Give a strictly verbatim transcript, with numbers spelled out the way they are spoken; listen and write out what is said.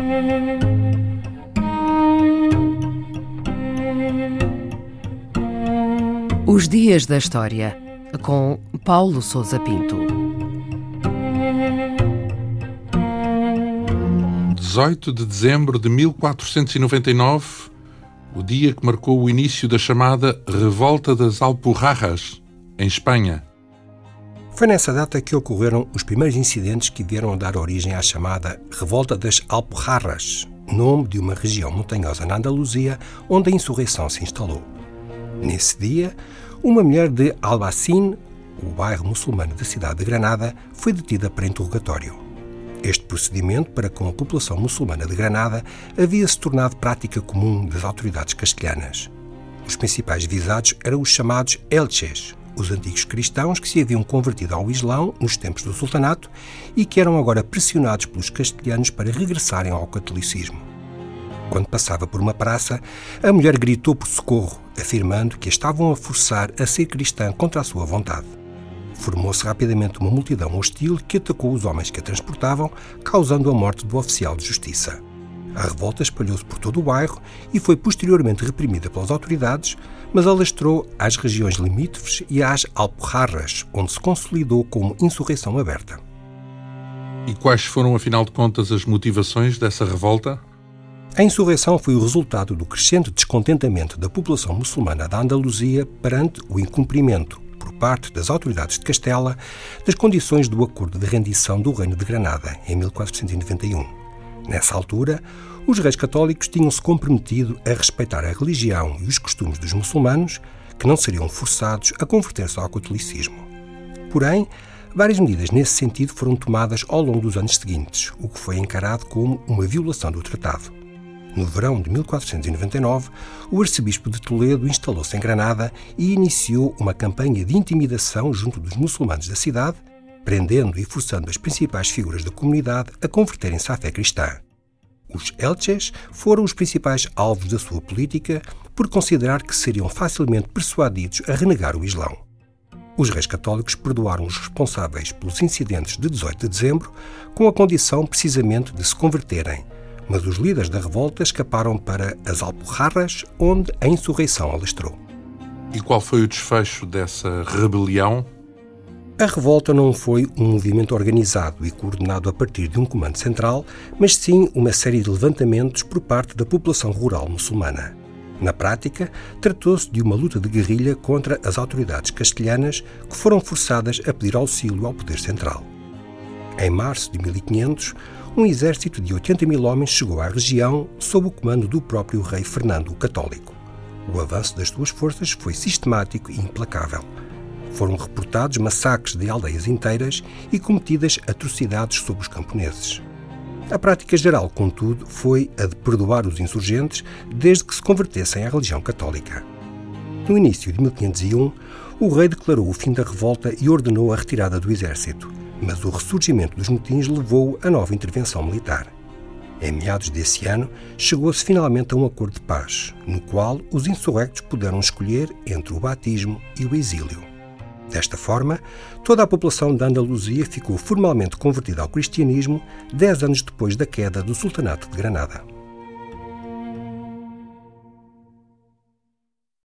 Os Dias da História, com Paulo Sousa Pinto. dezoito de dezembro de mil quatrocentos e noventa e nove, o dia que marcou o início da chamada Revolta das Alpujarras, em Espanha. Foi nessa data que ocorreram os primeiros incidentes que vieram a dar origem à chamada Revolta das Alpujarras, nome de uma região montanhosa na Andaluzia onde a insurreição se instalou. Nesse dia, uma mulher de Albaicín, o bairro muçulmano da cidade de Granada, foi detida para interrogatório. Este procedimento para com a população muçulmana de Granada havia-se tornado prática comum das autoridades castelhanas. Os principais visados eram os chamados Elches, os antigos cristãos que se haviam convertido ao Islão nos tempos do sultanato e que eram agora pressionados pelos castelhanos para regressarem ao catolicismo. Quando passava por uma praça, a mulher gritou por socorro, afirmando que a estavam a forçar a ser cristã contra a sua vontade. Formou-se rapidamente uma multidão hostil que atacou os homens que a transportavam, causando a morte do oficial de justiça. A revolta espalhou-se por todo o bairro e foi posteriormente reprimida pelas autoridades, mas alastrou às regiões limítrofes e às Alpujarras, onde se consolidou como insurreição aberta. E quais foram, afinal de contas, as motivações dessa revolta? A insurreição foi o resultado do crescente descontentamento da população muçulmana da Andaluzia perante o incumprimento, por parte das autoridades de Castela, das condições do acordo de rendição do Reino de Granada, em mil quatrocentos e noventa e um. Nessa altura, os reis católicos tinham-se comprometido a respeitar a religião e os costumes dos muçulmanos, que não seriam forçados a converter-se ao catolicismo. Porém, várias medidas nesse sentido foram tomadas ao longo dos anos seguintes, o que foi encarado como uma violação do tratado. No verão de mil quatrocentos e noventa e nove, o arcebispo de Toledo instalou-se em Granada e iniciou uma campanha de intimidação junto dos muçulmanos da cidade, prendendo e forçando as principais figuras da comunidade a converterem-se à fé cristã. Os Elches foram os principais alvos da sua política por considerar que seriam facilmente persuadidos a renegar o Islão. Os reis católicos perdoaram os responsáveis pelos incidentes de dezoito de dezembro com a condição precisamente de se converterem, mas os líderes da revolta escaparam para as Alpujarras, onde a insurreição alastrou. E qual foi o desfecho dessa rebelião? A revolta não foi um movimento organizado e coordenado a partir de um comando central, mas sim uma série de levantamentos por parte da população rural muçulmana. Na prática, tratou-se de uma luta de guerrilha contra as autoridades castelhanas que foram forçadas a pedir auxílio ao poder central. Em março de mil e quinhentos, um exército de oitenta mil homens chegou à região sob o comando do próprio rei Fernando o Católico. O avanço das suas forças foi sistemático e implacável. Foram reportados massacres de aldeias inteiras e cometidas atrocidades sobre os camponeses. A prática geral, contudo, foi a de perdoar os insurgentes desde que se convertessem à religião católica. No início de mil quinhentos e um, o rei declarou o fim da revolta e ordenou a retirada do exército, mas o ressurgimento dos motins levou a nova intervenção militar. Em meados desse ano, chegou-se finalmente a um acordo de paz, no qual os insurrectos puderam escolher entre o batismo e o exílio. Desta forma, toda a população da Andaluzia ficou formalmente convertida ao cristianismo dez anos depois da queda do Sultanato de Granada.